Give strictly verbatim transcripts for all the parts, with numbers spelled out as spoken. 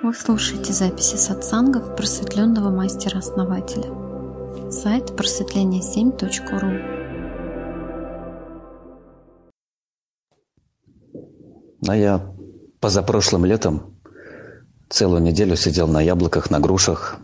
Вы слушаете записи сатсангов просветленного мастера-основателя. Сайт просветление семь точка ру. А я позапрошлым летом целую неделю сидел на яблоках, на грушах.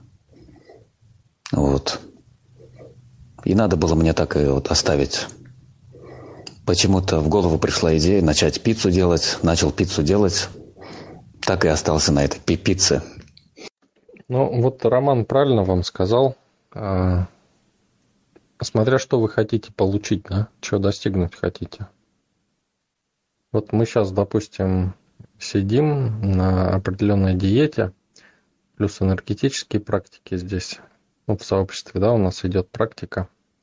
Вот. И надо было мне так и вот оставить. Почему-то в голову пришла идея начать пиццу делать. Начал пиццу делать. Так и остался на этой пицце. Ну, вот Роман правильно вам сказал. А, смотря что вы хотите получить, да? Чего достигнуть хотите. Вот мы сейчас, допустим, сидим на определенной диете, плюс энергетические практики здесь, ну, в сообществе, да, у нас идет практика.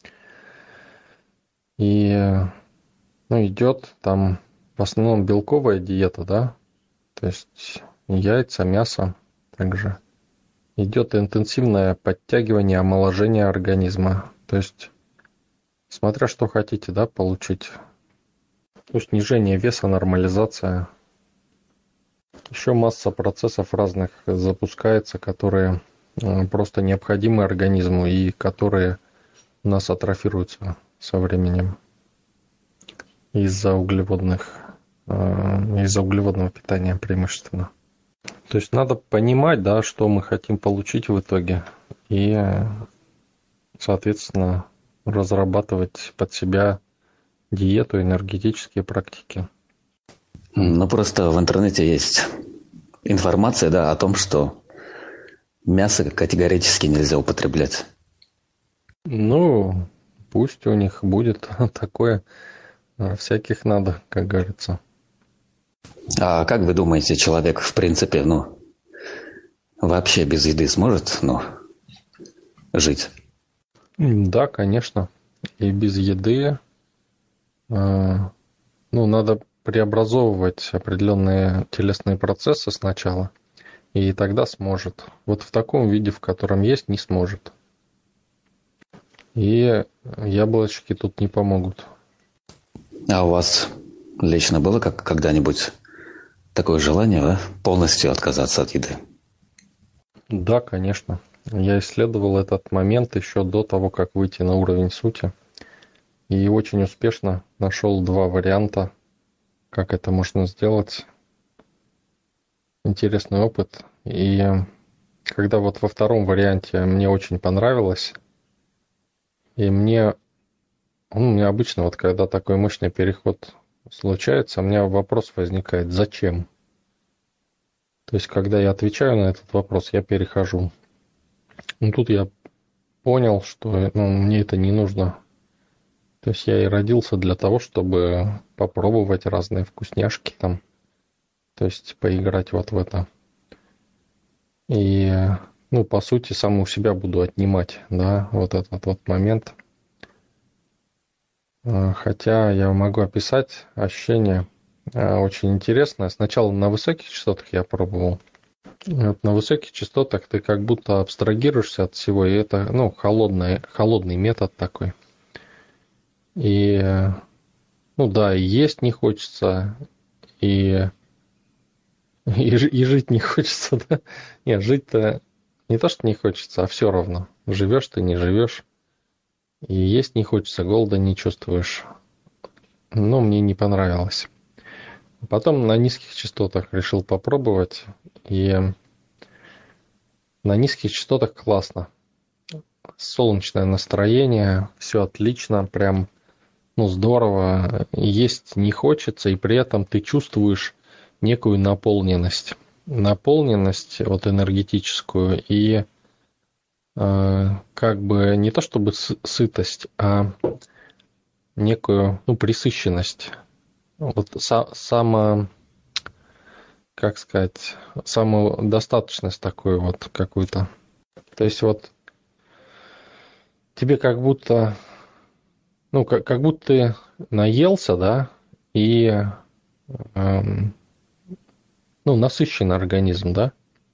И, ну, идет там в основном белковая диета, да, то есть яйца, мясо также. Идет интенсивное подтягивание, омоложение организма. То есть, смотря что хотите, да, получить. Ну, снижение веса, нормализация. Еще масса процессов разных запускается, которые просто необходимы организму и которые у нас атрофируются со временем из-за углеводных, из-за углеводного питания преимущественно. То есть надо понимать, да, что мы хотим получить в итоге и, соответственно, разрабатывать под себя диету, энергетические практики. Ну, просто в интернете есть информация, да, о том, что мясо категорически нельзя употреблять. Ну, пусть у них будет такое. Всяких надо, как говорится. А как вы думаете, человек, в принципе, ну, вообще без еды сможет, ну, жить? Да, конечно. И без еды, э, ну, надо преобразовывать определенные телесные процессы сначала, и тогда сможет. Вот в таком виде, в котором есть, не сможет. И яблочки тут не помогут. А у вас лично было как когда-нибудь такое желание, да, полностью отказаться от еды? Да, конечно. Я исследовал этот момент еще до того, как выйти на уровень сути. И очень успешно нашел два варианта, как это можно сделать. Интересный опыт. И когда вот во втором варианте мне очень понравилось, и мне, ну, мне обычно вот когда такой мощный переход случается, у меня вопрос возникает: зачем? То есть, когда я отвечаю на этот вопрос, я перехожу. Ну, тут я понял, что, ну, мне это не нужно. То есть, я и родился для того, чтобы попробовать разные вкусняшки там. То есть, поиграть вот в это. И, ну, по сути, сам у себя буду отнимать, да, вот этот вот момент. Хотя я могу описать ощущение очень интересное. Сначала на высоких частотах я пробовал. Вот на высоких частотах ты как будто абстрагируешься от всего, и это, ну, холодный, холодный метод такой. И, ну да, и есть не хочется, и, и, и жить не хочется, да? Нет, жить-то не то, что не хочется, а все равно. Живешь ты, не живешь. И есть не хочется, голода не чувствуешь. Но мне не понравилось. Потом на низких частотах решил попробовать. И на низких частотах классно. Солнечное настроение, все отлично, прям, ну, здорово. Есть не хочется, и при этом ты чувствуешь некую наполненность. Наполненность вот энергетическую и э, как бы не то чтобы сытость, а некую, ну, пресыщенность. Вот са- само, как сказать, самодостаточность такую вот какую-то. То есть вот тебе как будто, ну, как, как будто ты наелся, да, и, эм, ну, насыщен организм, да.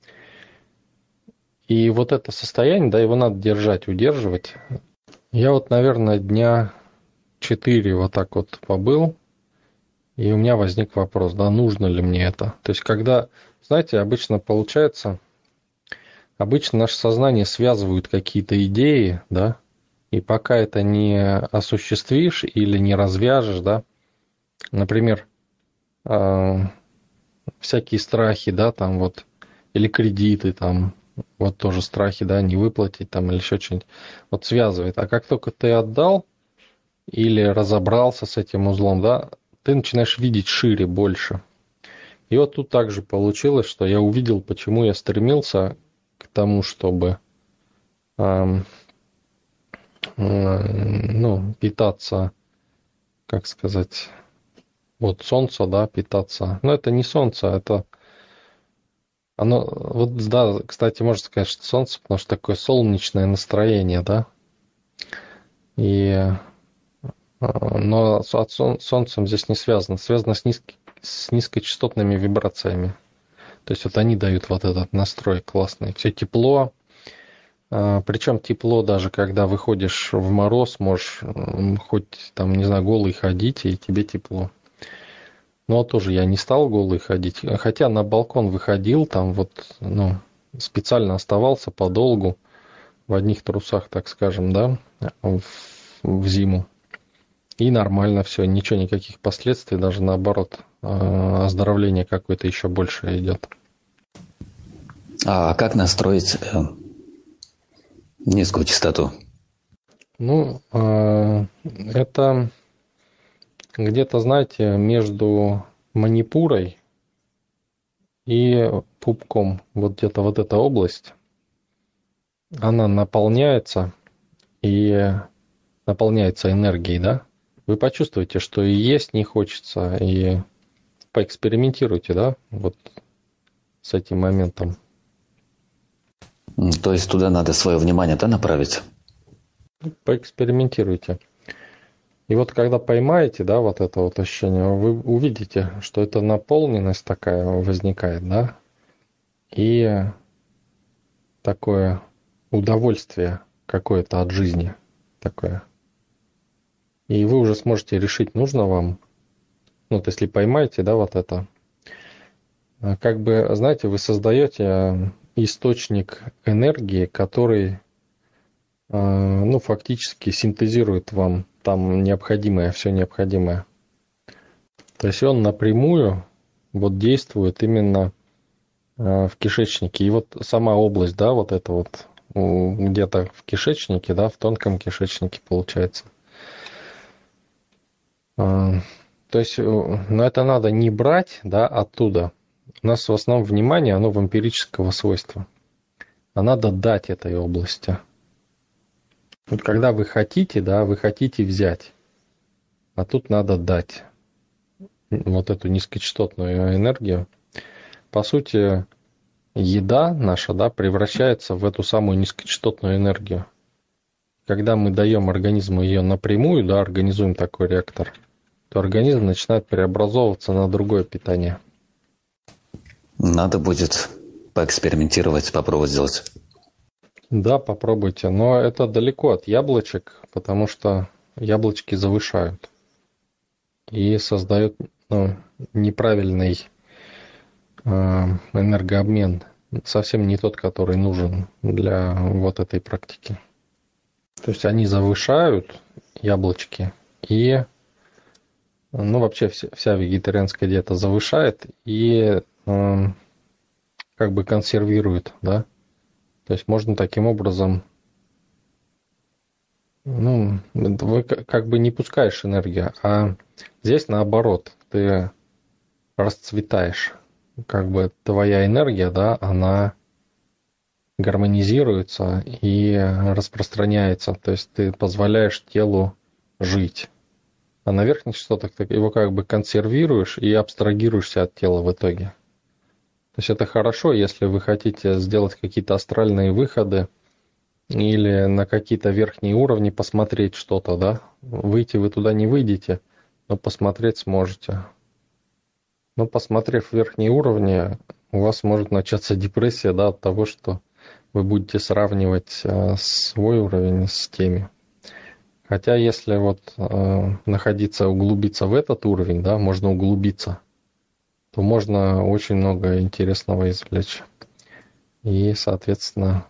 И вот это состояние, да, его надо держать, удерживать. Я вот, наверное, дня четыре вот так вот побыл, и у меня возник вопрос, да, нужно ли мне это. То есть, когда знаете, обычно получается, обычно наше сознание связывают какие-то идеи, да, и пока это не осуществишь или не развяжешь, да, например, э, всякие страхи, да, там вот, или кредиты, там, вот тоже страхи, да, не выплатить там или еще что-нибудь, вот связывает. А как только ты отдал или разобрался с этим узлом, да, ты начинаешь видеть шире, больше. И вот тут также получилось, что я увидел, почему я стремился к тому, чтобы эм, ну, питаться, как сказать, вот солнце, да, питаться. Но это не солнце, это оно, вот да, кстати, можно сказать, что солнце, потому что такое солнечное настроение, да. И, но от солнцем здесь не связано, связано с, низки, с низкочастотными вибрациями. То есть вот они дают вот этот настрой классный. Все тепло. Причем тепло даже, когда выходишь в мороз, можешь хоть там, не знаю, голый ходить, и тебе тепло. Но тоже я не стал голый ходить. Хотя на балкон выходил, там вот, ну, специально оставался подолгу в одних трусах, так скажем, да, в, в зиму. И нормально все, ничего, никаких последствий, даже наоборот, оздоровление какое-то еще больше идет. А как настроить э, низкую частоту? Ну, э, это где-то, знаете, между манипурой и пупком, вот где-то вот эта область, она наполняется и наполняется энергией, да? Вы почувствуете, что и есть не хочется, и поэкспериментируйте, да, вот с этим моментом. То есть туда надо свое внимание, да, направить? Поэкспериментируйте. И вот когда поймаете, да, вот это вот ощущение, вы увидите, что это наполненность такая возникает, да, и такое удовольствие какое-то от жизни такое. И вы уже сможете решить, нужно вам, ну, вот если поймаете, да, вот это, как бы, знаете, вы создаете источник энергии, который, ну, фактически синтезирует вам там необходимое, все необходимое. То есть он напрямую вот действует именно в кишечнике. И вот сама область, да, вот это вот где-то в кишечнике, да, в тонком кишечнике получается. То есть, но это надо не брать, да, оттуда. У нас в основном внимание, оно вампирического свойства. А надо дать этой области. Вот когда вы хотите, да, вы хотите взять, а тут надо дать вот эту низкочастотную энергию. По сути, еда наша, да, превращается в эту самую низкочастотную энергию. Когда мы даем организму ее напрямую, да, организуем такой реактор, то организм начинает преобразовываться на другое питание. Надо будет поэкспериментировать, попробовать сделать. Да, попробуйте. Но это далеко от яблочек, потому что яблочки завышают и создают, ну, неправильный э, энергообмен. Совсем не тот, который нужен для вот этой практики. То есть они завышают яблочки и, ну, вообще вся, вся вегетарианская диета завышает и э, как бы консервирует, да. То есть можно таким образом, ну, вы как бы не пускаешь энергию, а здесь наоборот, ты расцветаешь. Как бы твоя энергия, да, она гармонизируется и распространяется. То есть ты позволяешь телу жить. А на верхних частотах ты его как бы консервируешь и абстрагируешься от тела в итоге. То есть это хорошо, если вы хотите сделать какие-то астральные выходы или на какие-то верхние уровни посмотреть что-то, да. Выйти вы туда не выйдете, но посмотреть сможете. Но посмотрев верхние уровни, у вас может начаться депрессия, да, от того, что вы будете сравнивать э, свой уровень с теми. Хотя если вот э, находиться, углубиться в этот уровень, да, можно углубиться. то можно очень много интересного извлечь. И, соответственно,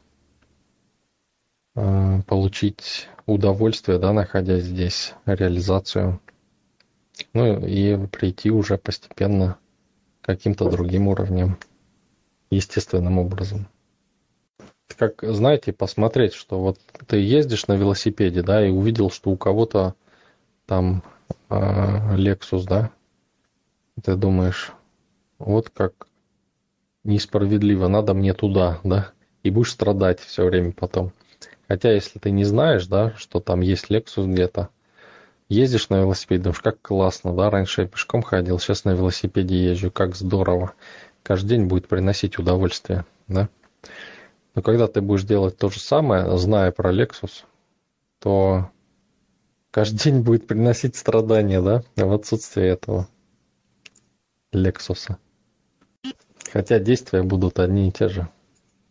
получить удовольствие, да, находясь здесь, реализацию. Ну и прийти уже постепенно к каким-то другим уровням, естественным образом. Как, знаете, посмотреть, что вот ты ездишь на велосипеде, да, и увидел, что у кого-то там э, Lexus, да, ты думаешь, вот как несправедливо, надо мне туда, да, и будешь страдать все время потом. Хотя, если ты не знаешь, да, что там есть Lexus где-то, ездишь на велосипеде, думаешь, как классно, да, раньше я пешком ходил, сейчас на велосипеде езжу, как здорово. Каждый день будет приносить удовольствие, да. Но когда ты будешь делать то же самое, зная про Lexus, то каждый день будет приносить страдания, да, в отсутствие этого Lexus. Хотя действия будут одни и те же.